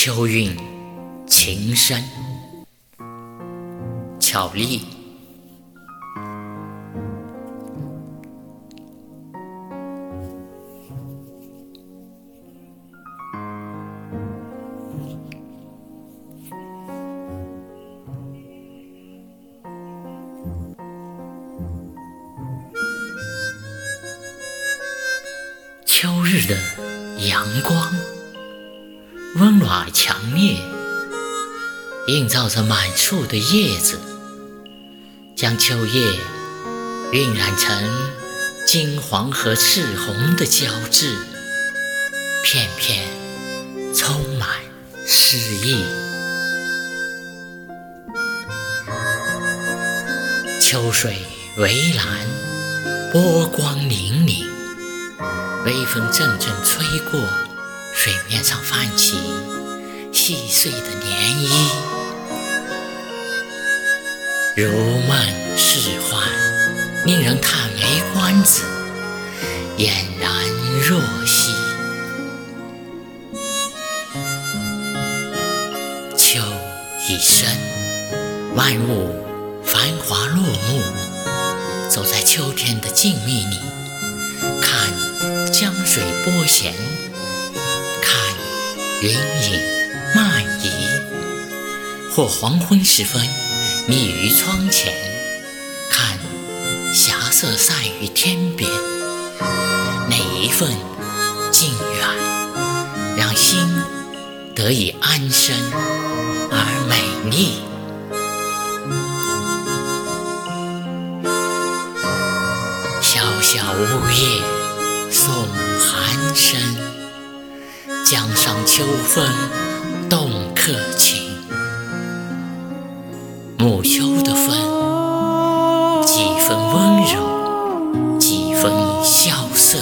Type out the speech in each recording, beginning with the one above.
秋韵情深，巧丽。秋日的阳光温暖强烈，映照着满树的叶子，将秋叶晕染成金黄和赤红的交织，片片充满诗意。秋水微蓝，波光粼粼，微风阵阵吹过，水面上泛起细碎的涟漪，如梦似幻，令人叹为观止，俨然若昔。秋已深，万物繁华落幕，走在秋天的静谧里，看江水波弦，看云影漫移，或黄昏时分立于窗前，看霞色散于天边，哪一份静远，让心得以安身而美丽。小小梧叶送寒声，江上秋风动客情。暮秋的风，几分温柔，几分萧瑟，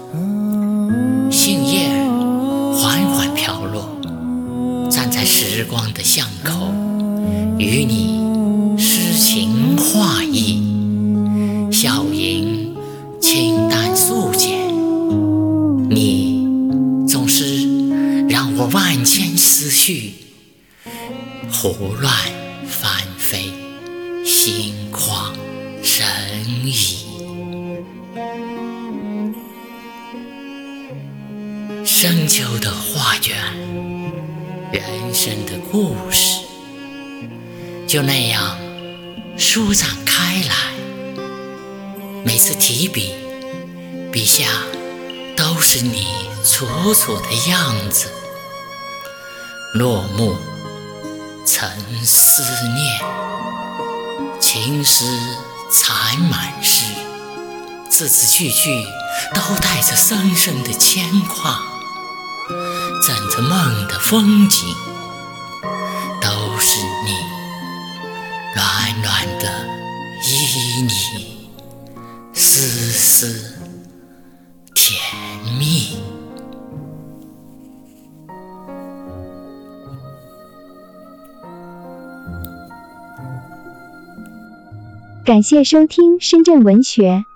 杏叶缓缓飘落，站在时光的巷口，与你诗情画意，笑迎清淡素简。你总是让我万千思绪胡乱翻飞，心旷神怡。深秋的画卷，人生的故事就那样舒展开来，每次提笔，笔下都是你楚楚的样子。落幕曾思念，情诗缠满诗，字字句句都带着深深的牵挂，枕着梦的风景，都是你暖暖的旖旎，丝丝甜蜜。 感谢收听深圳文学。